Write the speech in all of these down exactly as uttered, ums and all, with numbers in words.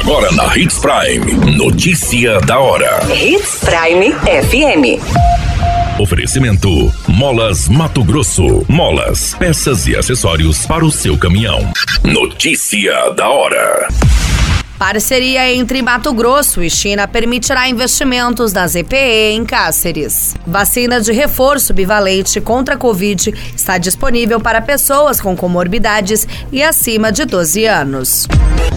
Agora na Hits Prime. Notícia da hora. Hits Prime F M. Oferecimento: Molas Mato Grosso. Molas, peças e acessórios para o seu caminhão. Notícia da hora. Parceria entre Mato Grosso e China permitirá investimentos na Z P E em Cáceres. Vacina de reforço bivalente contra a Covid está disponível para pessoas com comorbidades e acima de doze anos.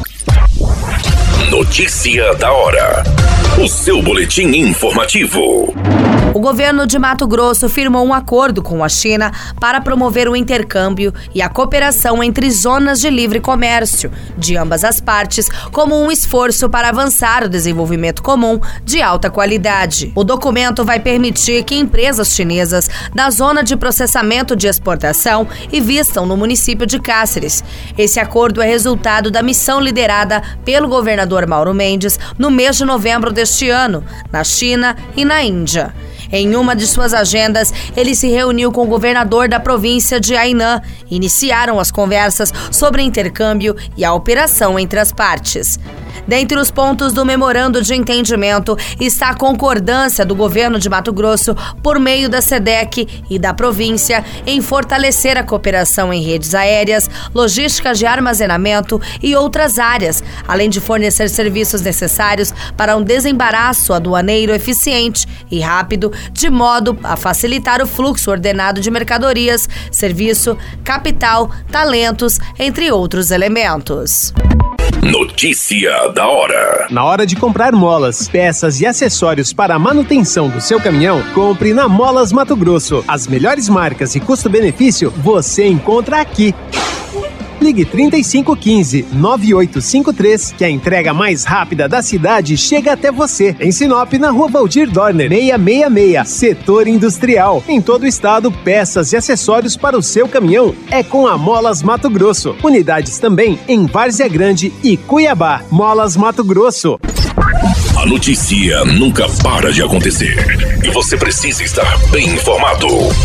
Notícia da hora. O seu boletim informativo. O governo de Mato Grosso firmou um acordo com a China para promover o intercâmbio e a cooperação entre zonas de livre comércio de ambas as partes, como um esforço para avançar o desenvolvimento comum de alta qualidade. O documento vai permitir que empresas chinesas da zona de processamento de exportação invistam no município de Cáceres. Esse acordo é resultado da missão liderada pelo governador Mauro Mendes no mês de novembro deste ano, na China e na Índia. Em uma de suas agendas, ele se reuniu com o governador da província de Hainan. Iniciaram as conversas sobre intercâmbio e a operação entre as partes. Dentre os pontos do memorando de entendimento está a concordância do governo de Mato Grosso, por meio da SEDEC e da província, em fortalecer a cooperação em redes aéreas, logística de armazenamento e outras áreas, além de fornecer serviços necessários para um desembaraço aduaneiro eficiente e rápido, de modo a facilitar o fluxo ordenado de mercadorias, serviço, capital, talentos, entre outros elementos. Notícia da hora. Na hora de comprar molas, peças e acessórios para a manutenção do seu caminhão, compre na Molas Mato Grosso. As melhores marcas e custo-benefício você encontra aqui. Ligue trinta e cinco quinze, nove oito cinco três, que a entrega mais rápida da cidade chega até você. Em Sinop, na Rua Valdir Dorner, seiscentos e sessenta e seis, Setor Industrial. Em todo o estado, peças e acessórios para o seu caminhão é com a Molas Mato Grosso. Unidades também em Várzea Grande e Cuiabá. Molas Mato Grosso. A notícia nunca para de acontecer e você precisa estar bem informado.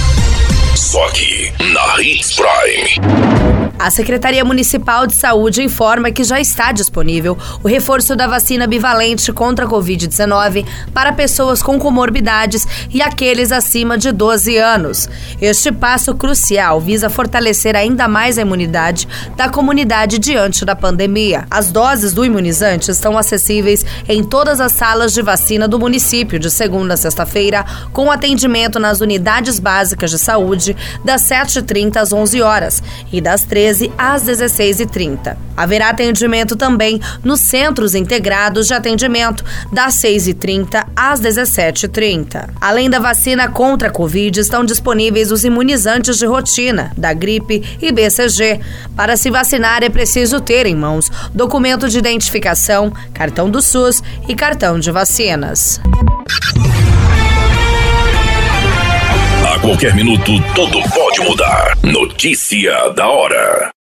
Só aqui na Hits Prime. A Secretaria Municipal de Saúde informa que já está disponível o reforço da vacina bivalente contra a covid dezenove para pessoas com comorbidades e aqueles acima de doze anos. Este passo crucial visa fortalecer ainda mais a imunidade da comunidade diante da pandemia. As doses do imunizante estão acessíveis em todas as salas de vacina do município de segunda a sexta-feira, com atendimento nas unidades básicas de saúde das sete e trinta às onze horas e das treze às dezesseis e trinta. Haverá atendimento também nos centros integrados de atendimento das seis e trinta às dezessete e trinta. Além da vacina contra a Covid, estão disponíveis os imunizantes de rotina, da gripe e B C G. Para se vacinar é preciso ter em mãos documento de identificação, cartão do SUS e cartão de vacinas. A qualquer minuto, tudo pode mudar. Notícia da hora.